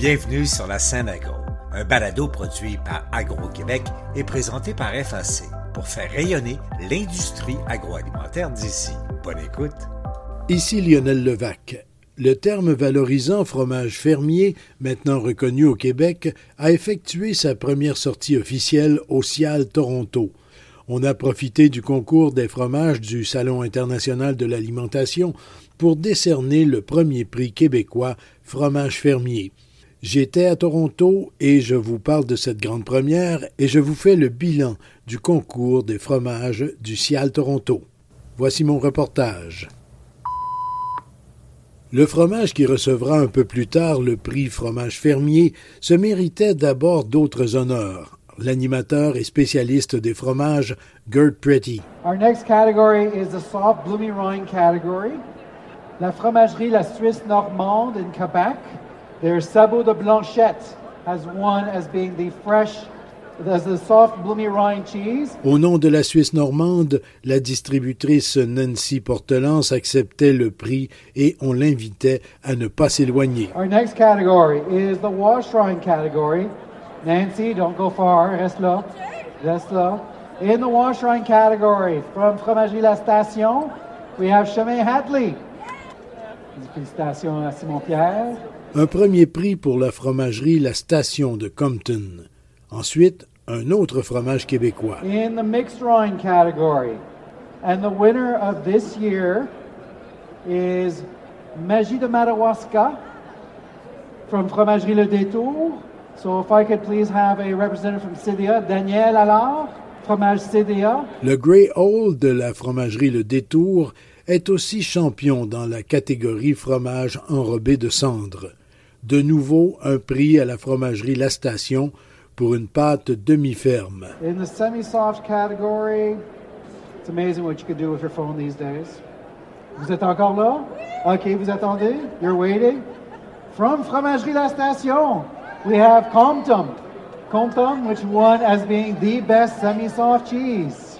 Bienvenue sur la scène agro, un balado produit par Agro-Québec et présenté par FAC pour faire rayonner l'industrie agroalimentaire d'ici. Bonne écoute. Ici Lionel Levac. Le terme valorisant fromage fermier, maintenant reconnu au Québec, a effectué sa première sortie officielle au Cial Toronto. On a profité du concours des fromages du Salon international de l'alimentation pour décerner le premier prix québécois fromage fermier. J'étais à Toronto et je vous parle de cette grande première et je vous fais le bilan du concours des fromages du Cial Toronto. Voici mon reportage. Le fromage qui recevra un peu plus tard le prix fromage fermier se méritait d'abord d'autres honneurs. L'animateur et spécialiste des fromages, Gert Pretty. Our next category is the soft bloomy rind category. La fromagerie La Suisse Normande in Quebec, their Sabot de Blanchette has won as being the soft bloomy rind cheese. Au nom de la Suisse normande, la distributrice Nancy Portelance acceptait le prix et on l'invitait à ne pas s'éloigner. Our next category is the wash rind category. Nancy, don't go far. Reste là. Reste là. In the wash rind category, from Fromagerie La Station, we have Chemin Hadley. Félicitations à Simon-Pierre. Un premier prix pour la fromagerie La Station de Compton. Ensuite, un autre fromage québécois. In the mixed rind category, and the winner of this year is Magie de Madawaska from Fromagerie Le Détour. So if I could please have a representative from CEDEA, Daniel Allard, fromage CEDEA. Le Grey Hall de la fromagerie Le Détour est aussi champion dans la catégorie fromage enrobé de cendre. De nouveau, un prix à la fromagerie La Station pour une pâte demi-ferme. In the semi-soft category, it's amazing what you can do with your phone these days. Vous êtes encore là? OK, vous attendez? You're waiting? From Fromagerie La Station, we have Compton. Compton, which won as being the best semi-soft cheese.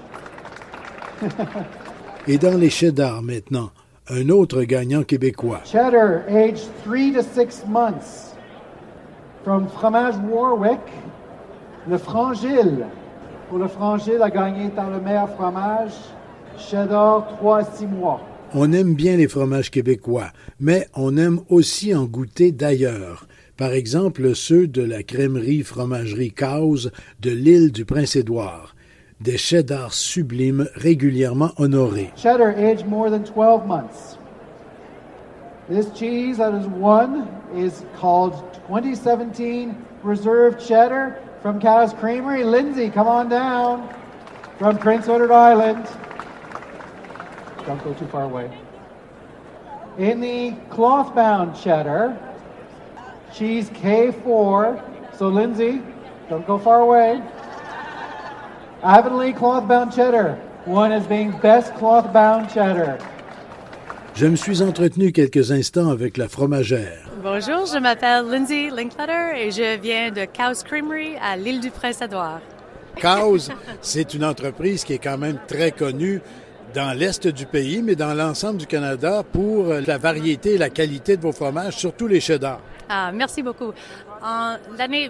Et dans les cheddar maintenant, un autre gagnant québécois. Cheddar, aged 3 to 6 months. From Fromage Warwick, le Frangile. Pour le Frangile, a gagné dans le meilleur fromage. Cheddar, 3 à 6 mois. On aime bien les fromages québécois, mais on aime aussi en goûter d'ailleurs. Par exemple, ceux de la crèmerie fromagerie Cause de l'île du Prince-Édouard. Des cheddars sublimes régulièrement honorés. Cheddar aged more than 12 months. This cheese that is won is called 2017 Reserve Cheddar from Cow's Creamery. Lindsay, come on down from Prince Edward Island. Don't go too far away. In the cloth-bound cheddar, cheese K4. So Lindsay, don't go far away. Avonlea cloth-bound cheddar, won as being best cloth-bound cheddar. Je me suis entretenu quelques instants avec la fromagère. Bonjour, je m'appelle Lindsay Linkletter et je viens de Cow's Creamery à l'île du Prince-Édouard. Cow's, c'est une entreprise qui est quand même très connue dans l'est du pays, mais dans l'ensemble du Canada pour la variété et la qualité de vos fromages, surtout les cheddar. Ah, merci beaucoup. En l'année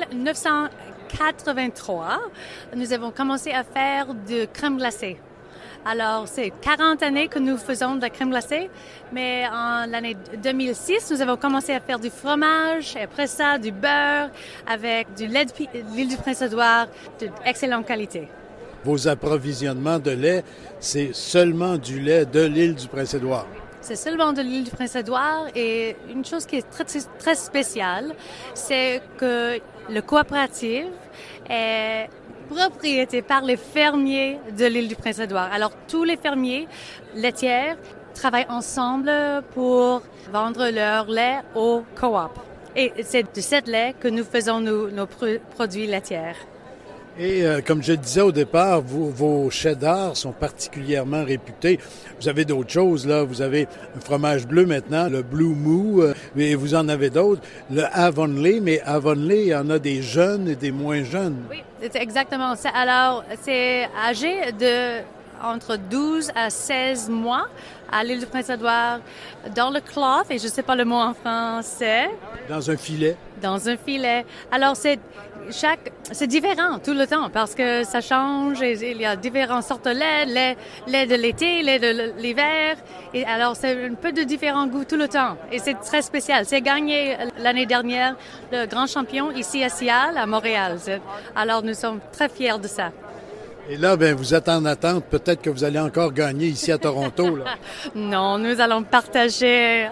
1983, nous avons commencé à faire de crème glacée. Alors, c'est 40 années que nous faisons de la crème glacée, mais en l'année 2006, nous avons commencé à faire du fromage, et après ça, du beurre, avec du lait de l'île du Prince-Édouard d'excellente qualité. Vos approvisionnements de lait, c'est seulement du lait de l'île du Prince-Édouard. C'est seulement de l'île du Prince-Édouard et une chose qui est très, très spéciale, c'est que le coopérative est propriété par les fermiers de l'île du Prince-Édouard. Alors, tous les fermiers laitiers travaillent ensemble pour vendre leur lait au coop. Et c'est de cette lait que nous faisons nos produits laitiers. Et comme je le disais au départ, vos cheddars sont particulièrement réputés. Vous avez d'autres choses, là. Vous avez un fromage bleu maintenant, le Blue Moo, mais vous en avez d'autres. Le Avonlea, mais Avonlea, il y en a des jeunes et des moins jeunes. Oui, c'est exactement ça. Alors, c'est âgé de entre 12 à 16 mois. à l'île du Prince-Édouard, dans le cloth, et je ne sais pas le mot en français. Dans un filet. Dans un filet. Alors, c'est différent tout le temps parce que ça change et il y a différentes sortes de lait de l'été, lait de l'hiver. Et alors, c'est un peu de différents goûts tout le temps. Et c'est très spécial. C'est gagné l'année dernière le grand champion ici à Cial, à Montréal. Alors, nous sommes très fiers de ça. Et là, vous êtes en attente. Peut-être que vous allez encore gagner ici à Toronto, là. Non, nous allons partager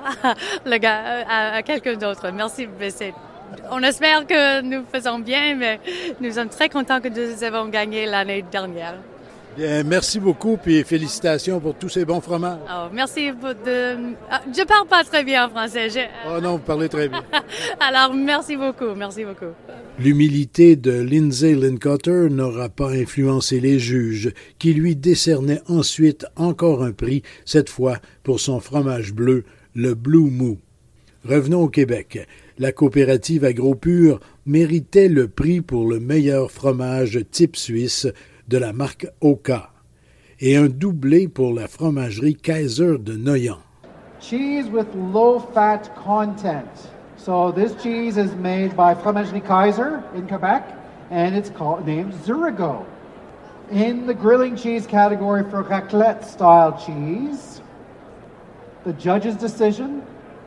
à quelqu'un d'autre. Merci, BC. On espère que nous faisons bien, mais nous sommes très contents que nous avons gagné l'année dernière. Bien, merci beaucoup, puis félicitations pour tous ces bons fromages. Oh, merci je parle pas très bien en français. Oh non, vous parlez très bien. Alors, merci beaucoup, merci beaucoup. L'humilité de Lindsay Lincotter n'aura pas influencé les juges, qui lui décernaient ensuite encore un prix, cette fois pour son fromage bleu, le Blue Moo. Revenons au Québec. La coopérative AgroPure méritait le prix pour le meilleur fromage type suisse de la marque Oka et un doublé pour la fromagerie Kaiser de Noyan. Cheese with low fat content. So this cheese is made by Fromagerie Kaiser in Quebec and it's named Zurigo. In the grilling cheese category for raclette style cheese, the judge's decision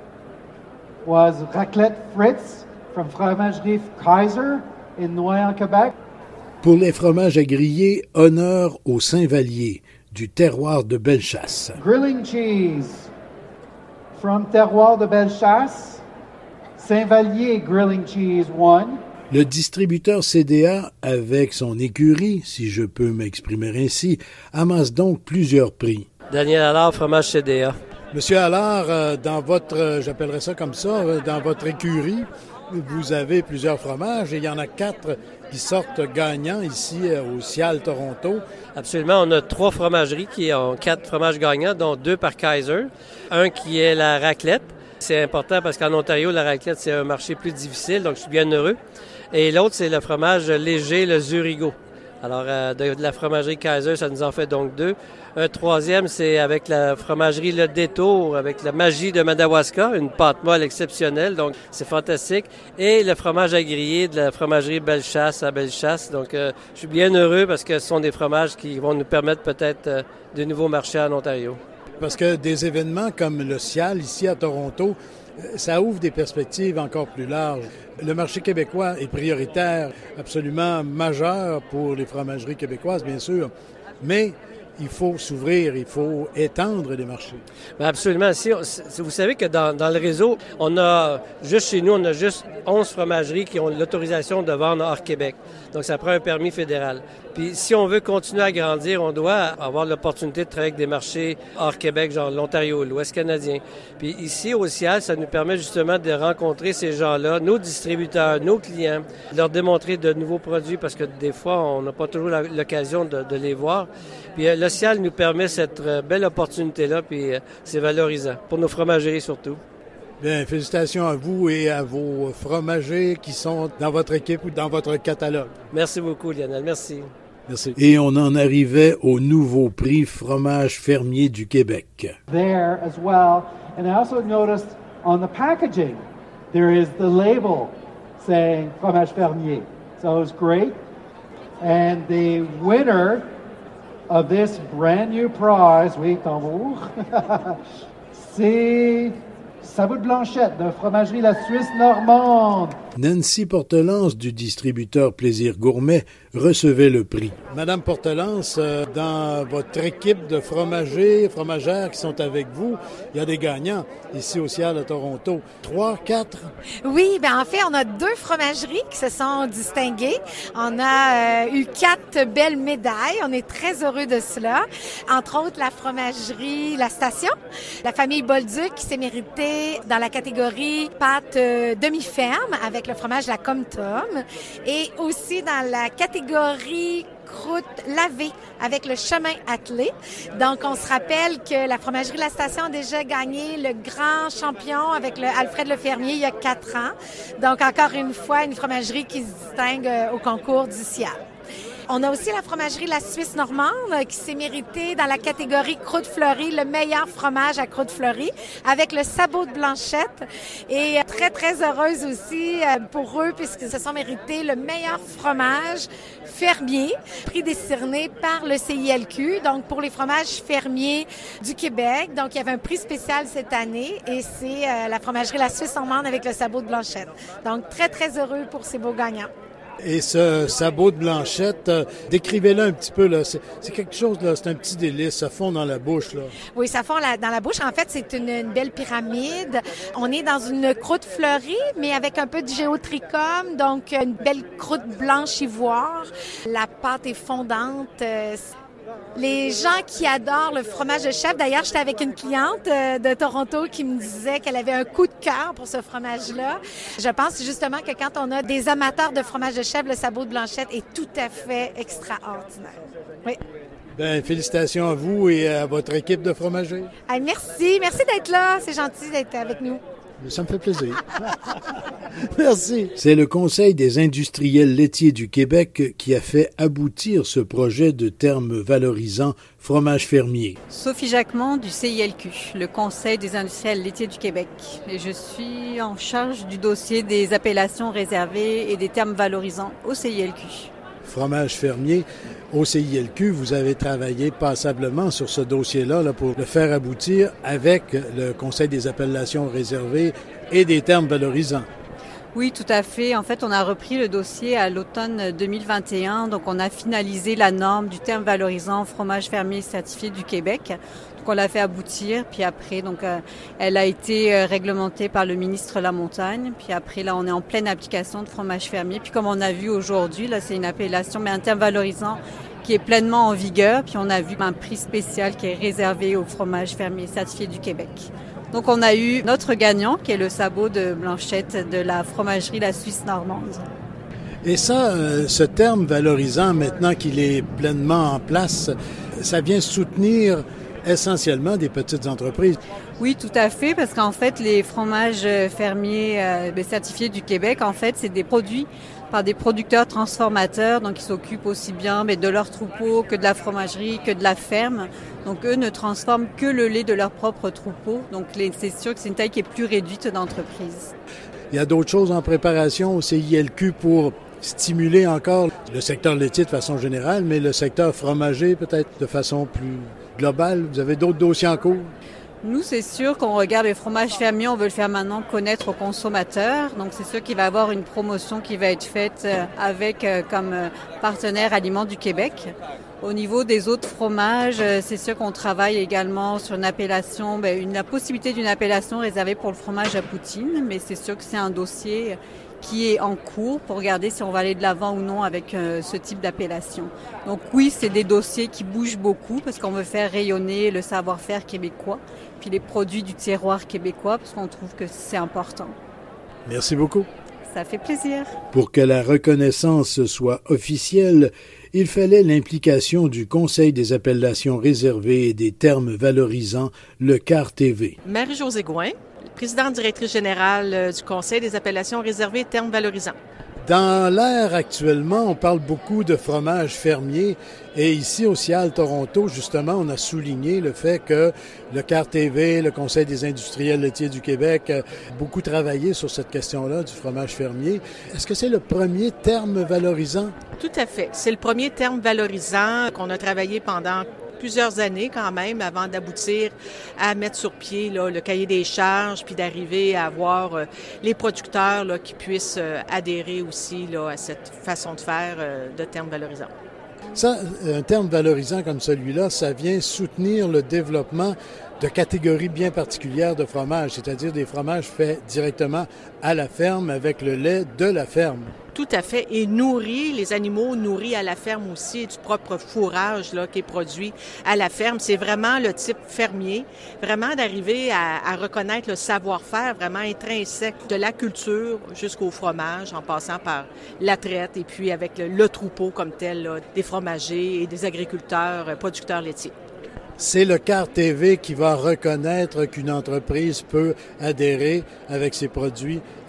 was raclette Fritz from Fromagerie Kaiser in Noyan, Quebec. Pour les fromages à griller, honneur au Saint-Vallier, du terroir de Bellechasse. Grilling cheese from terroir de Bellechasse, Saint-Vallier Grilling Cheese 1. Le distributeur CDA, avec son écurie, si je peux m'exprimer ainsi, amasse donc plusieurs prix. Daniel Allard, fromage CDA. Monsieur Allard, dans votre, j'appellerais ça comme ça, dans votre écurie, vous avez plusieurs fromages et il y en a 4 qui sortent gagnants ici au Cial Toronto. Absolument. On a 3 fromageries qui ont 4 fromages gagnants, dont 2 par Kaiser. Un qui est la raclette. C'est important parce qu'en Ontario, la raclette, c'est un marché plus difficile, donc je suis bien heureux. Et l'autre, c'est le fromage léger, le Zurigo. Alors, de la fromagerie Kaiser, ça nous en fait donc 2. Un troisième, c'est avec la fromagerie Le Détour, avec la magie de Madawaska, une pâte molle exceptionnelle, donc c'est fantastique. Et le fromage à griller de la fromagerie Bellechasse à Bellechasse. Donc, je suis bien heureux parce que ce sont des fromages qui vont nous permettre peut-être de nouveaux marchés en Ontario. Parce que des événements comme le Cial, ici à Toronto, ça ouvre des perspectives encore plus larges. Le marché québécois est prioritaire, absolument majeur pour les fromageries québécoises, bien sûr, mais il faut s'ouvrir, il faut étendre les marchés. Bien absolument. Vous savez que dans le réseau, on a juste chez nous, on a juste 11 fromageries qui ont l'autorisation de vendre hors Québec. Donc, ça prend un permis fédéral. Puis, si on veut continuer à grandir, on doit avoir l'opportunité de travailler avec des marchés hors Québec, genre l'Ontario, l'Ouest canadien. Puis, ici, au Cial, ça nous permet justement de rencontrer ces gens-là, nos distributeurs, nos clients, leur démontrer de nouveaux produits parce que des fois, on n'a pas toujours l'occasion de les voir. Puis, le Cial nous permet cette belle opportunité-là, puis c'est valorisant, pour nos fromageries surtout. Bien, félicitations à vous et à vos fromagers qui sont dans votre équipe ou dans votre catalogue. Merci beaucoup, Lionel. Merci. Merci. Et on en arrivait au nouveau prix fromage fermier du Québec. There as well. And I also noticed on the packaging, there is the label saying fromage fermier. So it was great. And the winner of this brand new prize, oui, tambour, c'est Sabout de Blanchette de Fromagerie La Suisse Normande. Nancy Portelance du distributeur Plaisir Gourmet recevait le prix. Madame Portelance, dans votre équipe de fromagères qui sont avec vous, il y a des gagnants ici au Cial à Toronto. 3, 4? Oui, bien en fait, on a 2 fromageries qui se sont distinguées. On a eu 4 belles médailles. On est très heureux de cela. Entre autres, la fromagerie La Station, la famille Bolduc qui s'est méritée dans la catégorie pâte demi-ferme avec le fromage La Comtom et aussi dans la catégorie croûte lavée avec le chemin attelé. Donc, on se rappelle que la fromagerie La Station a déjà gagné le grand champion avec le Alfred Lefermier il y a 4 ans. Donc, encore une fois, une fromagerie qui se distingue au concours du Cial. On a aussi la fromagerie La Suisse normande qui s'est méritée dans la catégorie croûte fleurie, le meilleur fromage à croûte fleurie, avec le sabot de Blanchette. Et très, très heureuse aussi pour eux puisqu'ils se sont mérités le meilleur fromage fermier, prix décerné par le CILQ, donc pour les fromages fermiers du Québec. Donc, il y avait un prix spécial cette année et c'est la fromagerie La Suisse normande avec le sabot de Blanchette. Donc, très, très heureux pour ces beaux gagnants. Et ce sabot de Blanchette, décrivez-le un petit peu, là. C'est quelque chose, là, c'est un petit délice, ça fond dans la bouche, là. Oui, ça fond dans la bouche. En fait, c'est une belle pyramide. On est dans une croûte fleurie, mais avec un peu de géotrichum, donc une belle croûte blanche ivoire. La pâte est fondante. Les gens qui adorent le fromage de chèvre, d'ailleurs, j'étais avec une cliente de Toronto qui me disait qu'elle avait un coup de cœur pour ce fromage-là. Je pense justement que quand on a des amateurs de fromage de chèvre, le sabot de Blanchette est tout à fait extraordinaire. Oui. Bien, félicitations à vous et à votre équipe de fromagers. Hey, merci d'être là. C'est gentil d'être avec nous. Ça me fait plaisir. Merci. C'est le Conseil des industriels laitiers du Québec qui a fait aboutir ce projet de terme valorisant fromage fermier. Sophie Jacquemont du CILQ, le Conseil des industriels laitiers du Québec. Et je suis en charge du dossier des appellations réservées et des termes valorisants au CILQ. Fromage fermier. Au CILQ, vous avez travaillé passablement sur ce dossier-là là, pour le faire aboutir avec le Conseil des appellations réservées et des termes valorisants. Oui, tout à fait. En fait, on a repris le dossier à l'automne 2021. Donc, on a finalisé la norme du terme valorisant fromage fermier certifié du Québec. Donc, on l'a fait aboutir. Puis après, elle a été réglementée par le ministre Lamontagne. Puis après, là, on est en pleine application de fromage fermier. Puis comme on a vu aujourd'hui, là, c'est une appellation, mais un terme valorisant qui est pleinement en vigueur. Puis on a vu un prix spécial qui est réservé au fromage fermier certifié du Québec. Donc, on a eu notre gagnant, qui est le sabot de Blanchette de la fromagerie La Suisse normande. Et ça, ce terme valorisant, maintenant qu'il est pleinement en place, ça vient soutenir essentiellement des petites entreprises. Oui, tout à fait, parce qu'en fait, les fromages fermiers certifiés du Québec, en fait, c'est des produits par des producteurs transformateurs, donc ils s'occupent aussi bien de leur troupeau que de la fromagerie, que de la ferme. Donc eux ne transforment que le lait de leur propre troupeau. Donc c'est sûr que c'est une taille qui est plus réduite d'entreprise. Il y a d'autres choses en préparation au CILQ pour stimuler encore le secteur laitier de façon générale, mais le secteur fromager peut-être de façon plus globale. Vous avez d'autres dossiers en cours? Nous, c'est sûr qu'on regarde les fromages fermiers, on veut le faire maintenant connaître aux consommateurs. Donc, c'est sûr qu'il va y avoir une promotion qui va être faite avec comme partenaire Aliments du Québec. Au niveau des autres fromages, c'est sûr qu'on travaille également sur une appellation, la possibilité d'une appellation réservée pour le fromage à poutine, mais c'est sûr que c'est un dossier qui est en cours pour regarder si on va aller de l'avant ou non avec ce type d'appellation. Donc oui, c'est des dossiers qui bougent beaucoup parce qu'on veut faire rayonner le savoir-faire québécois, puis les produits du terroir québécois, parce qu'on trouve que c'est important. Merci beaucoup. Ça fait plaisir. Pour que la reconnaissance soit officielle, il fallait l'implication du Conseil des appellations réservées et des termes valorisants, le CAR-TV. Marie-Josée Gouin, présidente directrice générale du Conseil des appellations réservées et termes valorisants. Dans l'ère actuellement, on parle beaucoup de fromage fermier et ici au CIAL Toronto, justement, on a souligné le fait que le CAR-TV, le Conseil des industriels laitiers du Québec, a beaucoup travaillé sur cette question-là du fromage fermier. Est-ce que c'est le premier terme valorisant? Tout à fait. C'est le premier terme valorisant qu'on a travaillé pendant plusieurs années quand même avant d'aboutir à mettre sur pied le cahier des charges puis d'arriver à avoir les producteurs qui puissent adhérer aussi à cette façon de faire de termes valorisants. Ça, un terme valorisant comme celui-là, ça vient soutenir le développement de catégories bien particulières de fromages, c'est-à-dire des fromages faits directement à la ferme avec le lait de la ferme. Tout à fait. Et nourris, les animaux nourris à la ferme aussi, du propre fourrage qui est produit à la ferme. C'est vraiment le type fermier, vraiment d'arriver à reconnaître le savoir-faire vraiment intrinsèque de la culture jusqu'au fromage, en passant par la traite et puis avec le troupeau comme tel des fromagers et des agriculteurs, producteurs laitiers. C'est le CAR-TV qui va reconnaître qu'une entreprise peut adhérer avec ses produits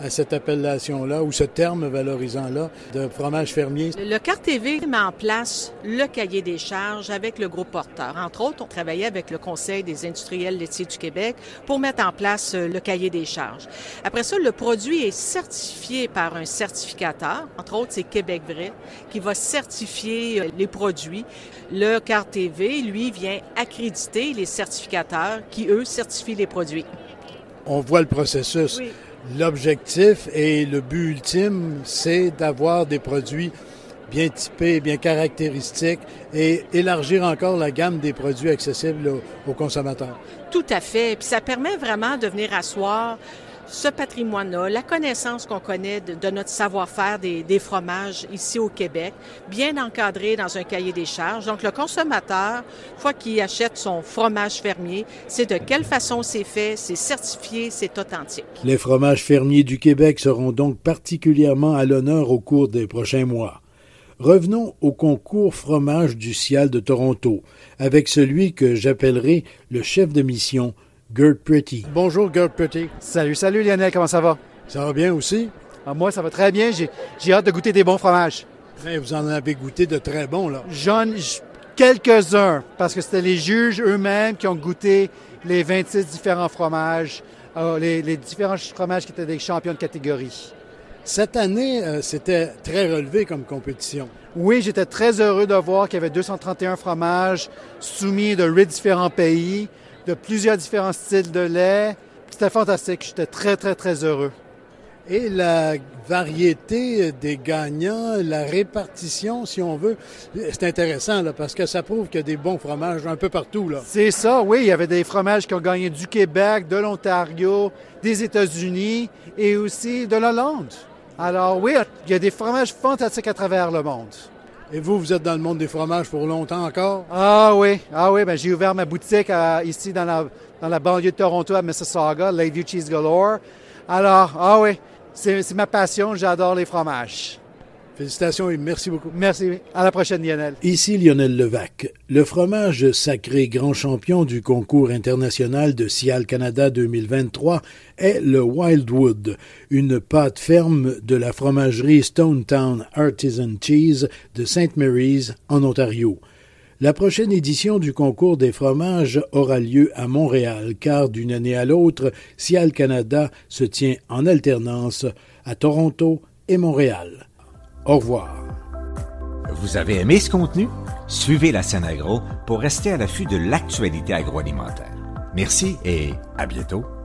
à cette appellation-là ou ce terme valorisant-là de fromage fermier? Le CART TV met en place le cahier des charges avec le groupe porteur. Entre autres, on travaillait avec le Conseil des industriels laitiers du Québec pour mettre en place le cahier des charges. Après ça, le produit est certifié par un certificateur. Entre autres, c'est Québec Vrai qui va certifier les produits. Le CART TV, lui, vient accréditer les certificateurs qui, eux, certifient les produits. On voit le processus. Oui. L'objectif et le but ultime, c'est d'avoir des produits bien typés, bien caractéristiques et élargir encore la gamme des produits accessibles aux consommateurs. Tout à fait. Puis ça permet vraiment de venir asseoir ce patrimoine-là, la connaissance qu'on connaît de notre savoir-faire des fromages ici au Québec, bien encadré dans un cahier des charges. Donc, le consommateur, une fois qu'il achète son fromage fermier, c'est de quelle façon c'est fait, c'est certifié, c'est authentique. Les fromages fermiers du Québec seront donc particulièrement à l'honneur au cours des prochains mois. Revenons au concours fromage du Cial de Toronto, avec celui que j'appellerai le chef de mission, Gert Pretty. Bonjour, Gert Pretty. Salut Lionel, comment ça va? Ça va bien aussi? Moi, ça va très bien. J'ai hâte de goûter des bons fromages. Bien, vous en avez goûté de très bons, là. Quelques-uns, parce que c'était les juges eux-mêmes qui ont goûté les 26 différents fromages, les différents fromages qui étaient des champions de catégorie. Cette année, c'était très relevé comme compétition. Oui, j'étais très heureux de voir qu'il y avait 231 fromages soumis de 8 différents pays, de plusieurs différents styles de lait. C'était fantastique. J'étais très, très, très heureux. Et la variété des gagnants, la répartition, si on veut, c'est intéressant là, parce que ça prouve qu'il y a des bons fromages un peu partout, là. C'est ça, oui. Il y avait des fromages qui ont gagné du Québec, de l'Ontario, des États-Unis et aussi de l'Hollande. Alors oui, il y a des fromages fantastiques à travers le monde. Et vous êtes dans le monde des fromages pour longtemps encore? Ah oui, ben, j'ai ouvert ma boutique ici dans la banlieue de Toronto à Mississauga, Lakeview Cheese Galore. Alors, c'est ma passion, j'adore les fromages. Félicitations et merci beaucoup. Merci, à la prochaine Lionel. Ici Lionel Levac. Le fromage sacré grand champion du concours international de Cial Canada 2023 est le Wildwood, une pâte ferme de la fromagerie Stone Town Artisan Cheese de St. Mary's en Ontario. La prochaine édition du concours des fromages aura lieu à Montréal, car d'une année à l'autre, Cial Canada se tient en alternance à Toronto et Montréal. Au revoir. Vous avez aimé ce contenu? Suivez la Scène Agro pour rester à l'affût de l'actualité agroalimentaire. Merci et à bientôt.